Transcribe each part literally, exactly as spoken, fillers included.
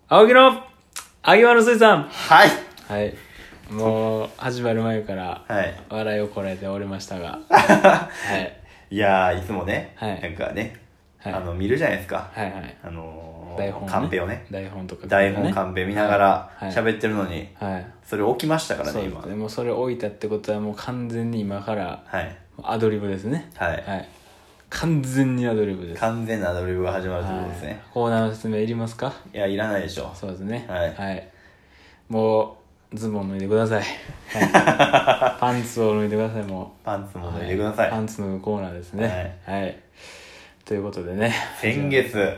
青木の秋葉の水産。 はいはいもう始まる前からはい笑いをこらえておりましたがはいいやーいつもね、 はい、 なんかね、 はい、 あの見るじゃないですか、 はいはいあのー、 台本、ね、 カンペをね台本とか、ね、 台本カンペ見ながら喋ってるのに、 はいはい、 それ置きましたからねそう今でもそれ置いたってことはもう完全に今からアドリブですね。 はい、 はい、完全にアドリブです。 完全なアドリブが始まるということですね、はい、 コーナーの説明いりますか？ いやいらないでしょ。 そうですね、 はい、 はい、もうズボン脱いでください、はい、パンツを脱いでください。もうパンツも脱いでください、 はい、パンツのコーナーですね。はい、はい、ということでね、 先月、はい、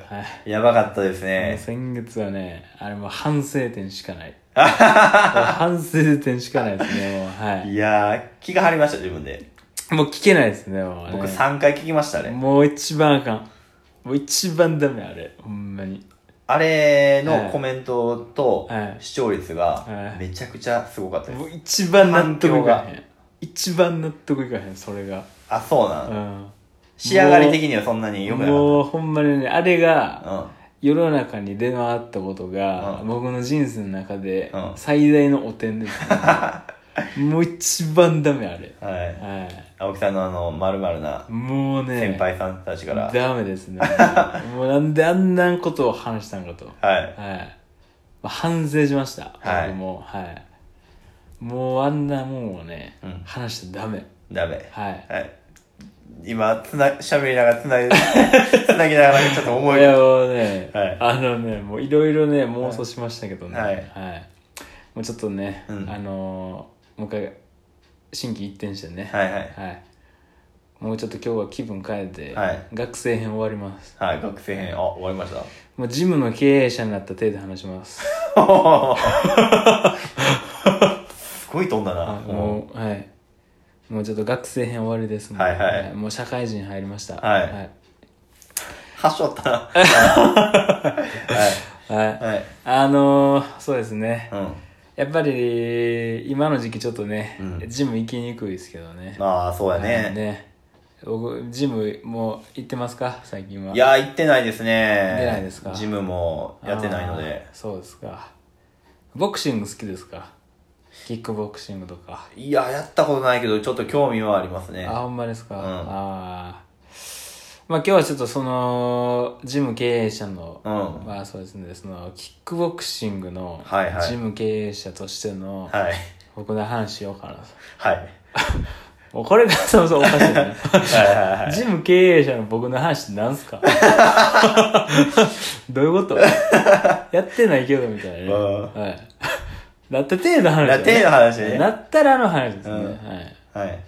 やばかったですね。 先月はね、あれもう反省点しかない反省点しかないですね。もう、はい、 いやー気が張りました自分で。 もう聞けないですね。もうね、 僕さんかい聞きましたね。 もう一番あかん。もう一番ダメあれ、ほんまに。 あれのコメントと視聴率がめちゃくちゃすごかったです。 もう一番納得いかへん。一番納得いかへん、それが。 あ、そうなん、うん、仕上がり的にはそんなに良くなかった。 もうほんまにね、あれが世の中に出回ったことが、うん、僕の人生の中で最大の汚点ですね、うん、もう一番ダメあれ。はい。はい。 青木さんのあの丸々なもうね先輩さんたちからダメですねもうなんであんなことを話したんかと。はい、はい、まあ、反省しました。はい、僕も、はい、もうあんなもんをね、うん、話しちゃダメダメ。 はい、 はい、今つな喋りながらつなぎつなぎながらちょっと思いいやもうね、はい、あのねもういろいろね妄想しましたけどね、はい、はい、もうちょっとね、うん、あのー、もう一回心機一転してね、はいはい、はい、もうちょっと今日は気分変えて、はい、学生編終わります。 はい、学生編、あ、終わりました。 もうジムの経営者になった手で話しますすごい飛んだな。 もう、はい、もうちょっと学生編終わりです。はいはい、もう社会人入りました。はい、はい、 はしょったなはい、はいはい、あのー、そうですね、うん、やっぱり今の時期ちょっとね、うん、ジム行きにくいですけどね。 ああ、そうやね、はい、 ね、僕ジムもう行ってますか最近は？ いや行ってないですね。 行ってないですか？ ジムもやってないので。 そうですか。ボクシング好きですか？キックボクシングとか。 いややったことないけどちょっと興味はありますね。 あ、ほんまですか？うん、あまあ今日はちょっとそのジム経営者の、うん、まあそうですね、そのキックボクシングのジム経営者としての、はい、僕の話しようかなと。はいもうこれがそもそもおかしいねはいはい、はい、ジム経営者の僕の話ってなんすかどういうことやってないけどみたいなね、はい、なった程度の話だね。なった程度の話ね。なったらの話ですね、うん、はい、はい、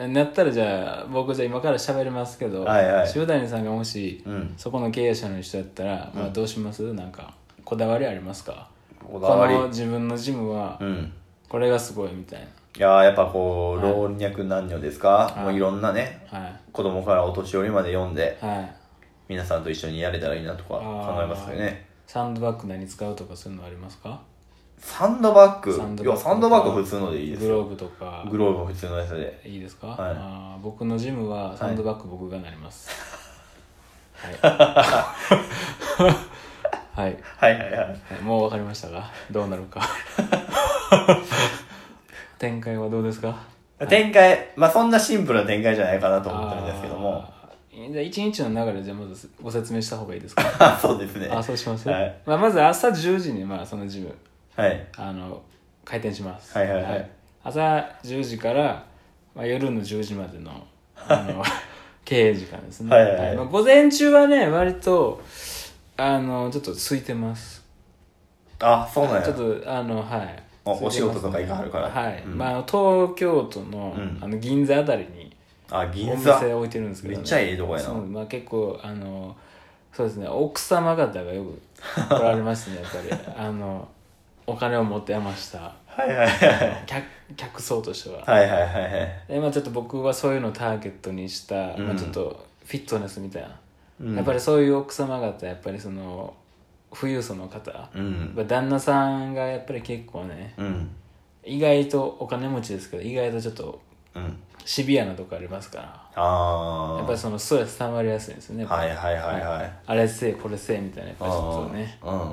なったらじゃあ僕じゃあ今から喋りますけど、はいはい、塩谷さんがもし、うん、そこの経営者の人だったら、うん、まあ、どうします？なんかこだわりありますか？こだわり、この自分のジムは、うん、これがすごいみたいな。 いやーやっぱこう、はい、老若男女ですか、はい、もういろんなね、はい、子供からお年寄りまで読んで、はい、皆さんと一緒にやれたらいいなとか考えますよね。 サンドバッグ何使うとかそういうのありますか？ サンドバッグ、サンドバッグ、いやサンドバッグ普通のでいいですよ。 グローブとかグローブ普通のやつでいいですか？はい、あ僕のジムはサンドバッグ僕がなります、はい、はい、はいはいはいはい、もう分かりましたか？どうなるか展開はどうですか？ 展開、はい、まあそんなシンプルな展開じゃないかなと思ったんですけども、 じゃあ一日の流れでまずご説明した方がいいですか？ そうですね。 あ、そうします、はい、まあ、まず朝じゅうじにまあそのジム、はい、あの開店します。はいはいはい、はい、朝じゅうじから、まあ、夜のじゅうじまでのあの経営時間ですね。はいはいはい、まあ、午前中はね割とあのちょっと空いてます。 あ、そうなんや。 ちょっとあのはい。 お仕事とか行かはるから。 はい、うん、まあ東京都の、うん、あの銀座あたりにお店置いてるんですけど、ね、 めっちゃいいとこやな。 まあ、結構あのそうですね、奥様方がよく来られますねやっぱりあのお金を持ってやましたはいはいはい 客, 客層としてははいはいはいはいで、まあ、ちょっと僕はそういうのをターゲットにした、うん、まあ、ちょっとフィットネスみたいな、うん、やっぱりそういう奥様方やっぱりその富裕層の方、うん、旦那さんがやっぱり結構ね、うん、意外とお金持ちですけど意外とちょっと、うん、シビアなとこありますから、あやっぱりそのストレス溜まりやすいんですよね。はいはいはいはい、あれせえこれせえみたいなやっぱりちょっとね、うん、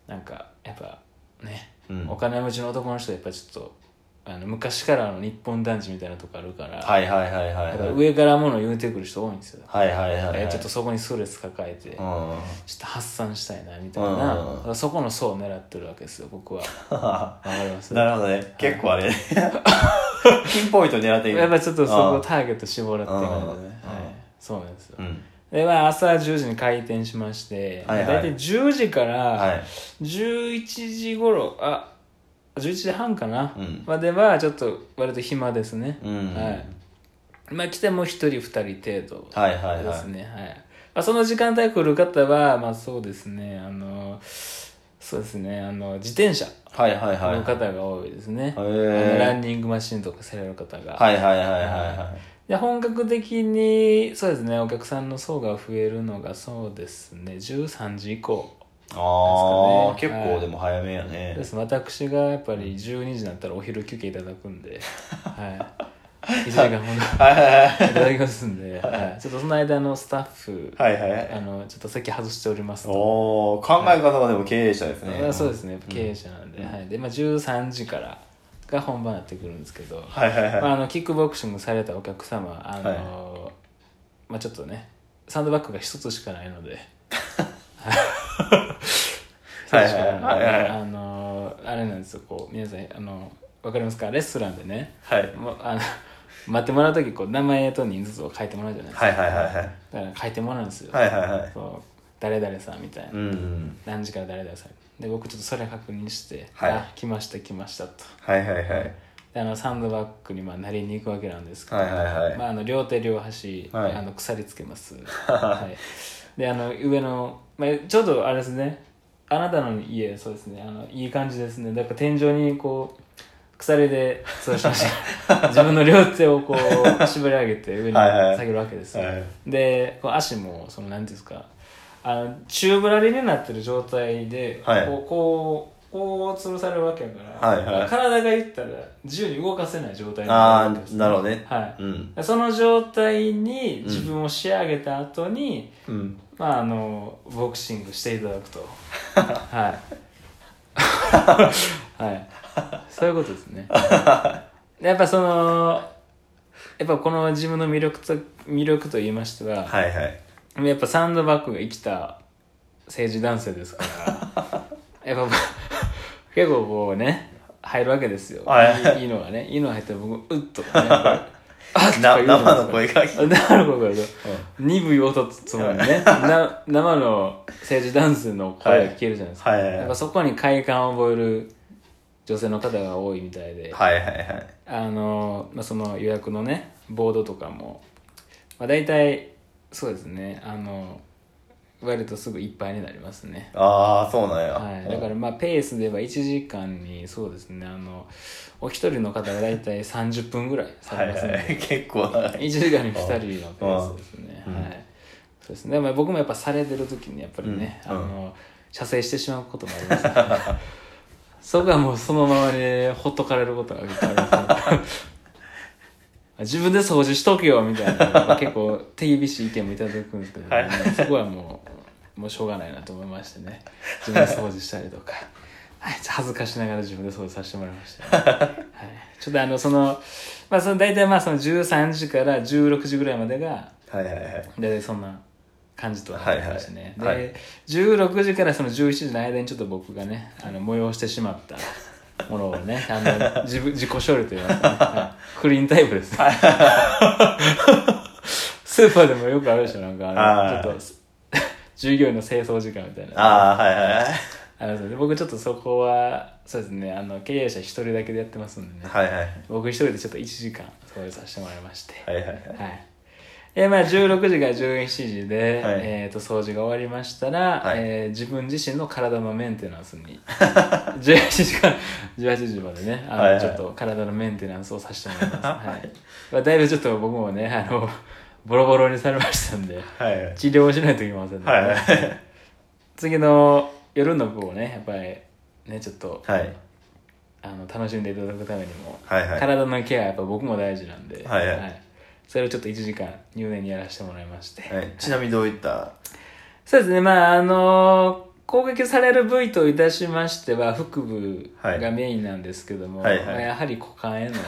なんかやっぱね、 うん、 お金持ちの男の人はやっぱちょっとあの昔からの日本男児みたいなとこあるから、 はいはいはいはい、はい、 上からものを言うてくる人多いんですよ。 はいはいはい、はい、 ちょっとそこにストレス抱えて、うん、ちょっと発散したいなみたいな、うん、そこの層を狙ってるわけですよ僕は。わかります。 なるほどね、はい、結構あれピンポイント狙っている。 やっぱちょっとそこをターゲット絞らっていう感じでね、はい、そうなんですよ、うん、でまあ朝じゅうじに開店しまして、はいはい、だいたいじゅうじからじゅういちじ頃、あじゅういちじはんかな、うん、まではちょっと割と暇ですね、うん、はい。まあ来てもひとりふたり程度ですね、はいはいはい、はい。まあ、その時間帯来る方はまあそうですね、あのそうですね、あの自転車の方が多いですね、はいはいはい、あのランニングマシンとかされる方が、はいはいはいはい、はい、で本格的にそうですねお客さんの層が増えるのがそうですねじゅうさんじ以降。 ああ、ね、結構でも早めやね、はい、 です。私がやっぱりじゅうにじになったらお昼休憩いただくんで、はい、いちじかんほどいただきますんで、はい、ちょっとその間のスタッフ、はいはいはい、あのちょっと席外しておりますと。 お考え方がでも経営者ですね、 はい、そうですね経営者なんで、うん、はい、で、まあ、じゅうさんじからが本番になってくるんですけど、はいはいはい、まあ、あのキックボクシングされたお客様あの、はい、まあ、ちょっとねサンドバッグが一つしかないのではいはいはいはい、あのあれなんですよ、こう皆さんあのわかりますか、レストランでね、はい、もうあの待ってもらうときこう名前と人数を書いてもらうじゃないですか、はいはいはいはい、だから書いてもらうんですよ、はいはいはい、そう誰々さんみたいな、うんうん、何時から誰々さんで僕ちょっとそれ確認して、はい、あ来ました来ましたと、はいはいはい、であのサンドバッグにまあなりに行くわけなんですけど、はいはいはい、まあ、あの両手両端、はい、あの鎖つけます、はい、であの上の、まあ、ちょうどあれですね、あなたの家そうですね、あのいい感じですね、だから天井にこう鎖でそうしました自分の両手をこう絞り上げて上に下げるわけですよ、はいはい、でこう足もその何ていうんですか、あの宙ぶらりになってる状態で、はい、こうこうこう潰されるわけやから、はいはい、体が言ったら自由に動かせない状態になるわけですね。ああ、なるほどね、はい、うん、その状態に自分を仕上げた後に、うん、まああのボクシングしていただくとはいはいそういうことですねやっぱそのやっぱこの自分の魅力と魅力と言いましては、はいはい、やっぱサンドバッグが生きた政治男性ですからやっぱ結構こうね入るわけですよ、はい、いいのがね、いいのが入ったら僕うっとかねあっとか言う生の声が生の声が鈍い音つもりねな生の政治男性の声が聞けるじゃないですか、はいはいはい、やっぱそこに快感を覚える女性の方が多いみたいで、はいはいはい、あの、まあ、その予約のねボードとかも、まあ、大体そうですね、あの割とすぐいっぱいになりますね。 ああ、そうなんや、 はい、だからまあペースで言えばいちじかんにそうですね、あのお一人の方が大体さんじゅっぷんぐらいされますのではい、はい、結構長いいちじかんにふたりのペースですね、はい、そうですね。でも僕もやっぱされてる時にやっぱりね、うん、あの射精してしまうこともありますねそこはもうそのままにほっとかれることが結構ありますね自分で掃除しとけよみたいな結構手厳しい意見もいただくんですけど、ね、はい、そこはもうもうしょうがないなと思いましてね、自分で掃除したりとか、はい、恥ずかしながら自分で掃除させてもらいました、ねはい、ちょっとあのそのまあその大体まあそのじゅうさんじからじゅうろくじぐらいまでがはいはいはい大体そんな感じとはなりましてね、はいはい、で、はい、じゅうろくじからそのじゅうしちじの間にちょっと僕がねあの催してしまったものをねあの 自, 自己処理といいますか、ねはい、クリーンタイプですねスーパーでもよくあるでしょ、なんかあのちょっと従業員の清掃時間みたいな、ああはいはいはいあの僕ちょっとそこはそうですね、あの経営者一人だけでやってますんでね、はいはい、僕一人でちょっといちじかん掃除させてもらいまして、はいはいはい、はいえーまあ、じゅうろくじからじゅうしちじで、はいえー、と掃除が終わりましたら、はいえー、自分自身の体のメンテナンスにじゅうはちじからじゅうはちじまでねあの、はいはい、ちょっと体のメンテナンスをさせてもらいます、はいまあ、だいぶちょっと僕もねあのボロボロにされましたんで、はいはい、治療しないといけませんね、はいはい、次の夜の部をねやっぱりねちょっと、はい、あの楽しんでいただくためにも、はいはい、体のケアやっぱ僕も大事なんで、はいはいはいそれをちょっといちじかん入念にやらせてもらいまして、 はい、ちなみにどういったそうですねまああの攻撃される部位といたしましては腹部がメインなんですけども、はいはいはい、まあ、やはり股間への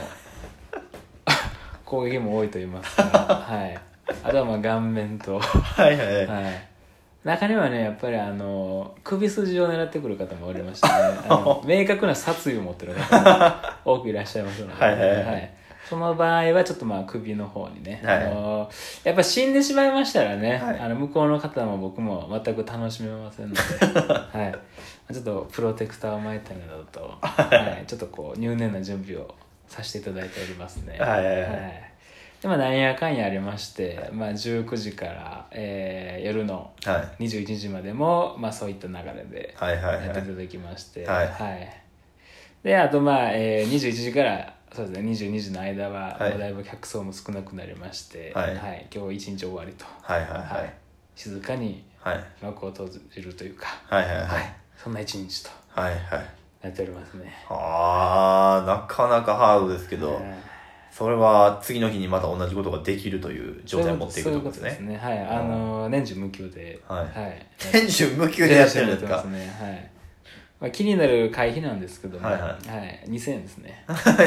攻撃も多いと言いますか、はい、あとはまあ顔面とはいはい、はい、中にはねやっぱりあの首筋を狙ってくる方もおりましてねあの明確な殺意を持ってる方も多くいらっしゃいますので、ね、はいはいはい、はい、その場合はちょっとまあ首の方にね、はい、あのやっぱ死んでしまいましたらね、はい、あの向こうの方も僕も全く楽しめませんので、はい、ちょっとプロテクターを巻いたりなどと、はい、ちょっとこう入念な準備をさせていただいておりますね。はいはいはい、はい、でまあなんやかんやありまして、まあ、じゅうくじから、えー、夜のにじゅういちじまでも、まあ、そういった流れでやっていただきまして、はいはいはい、であとまあ、えー、にじゅういちじからそうですね、にじゅうにじの間は、はい、だいぶ客層も少なくなりまして、はいはい、今日一日終わりと、はいはいはいはい、静かに幕を閉じるというか、はいはいはいはい、そんな一日となっておりますね。 ああ、なかなかハードですけど、はい、それは次の日にまた同じことができるという状態を持っていくということですね。そういうことですね。はい、あの年中無休で、はいはい、年中無休でやってるんですか。やってますね。はい。まあ、気になる会費なんですけども、はいはいはい、にせんえんですね。はい。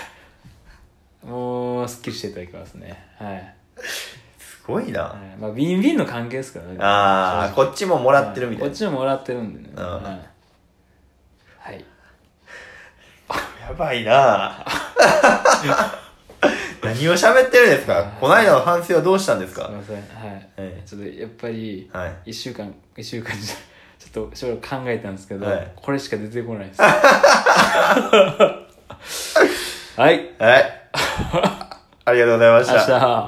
もうすっきりしていただきますね。はい。 すごいな。はい、まあビンビンの関係ですからね。 ああ、こっちももらってるみたいな。 こっちももらってるんでね。はい。はい、 やばいな。何を喋ってるんですか。この間の反省はどうしたんですか。 すいません。はい。はい、ちょっとやっぱり一週間一週間じゃ。ちょっと将来考えたんですけど、はい、これしか出てこないです。はい。 はい。ありがとうございました。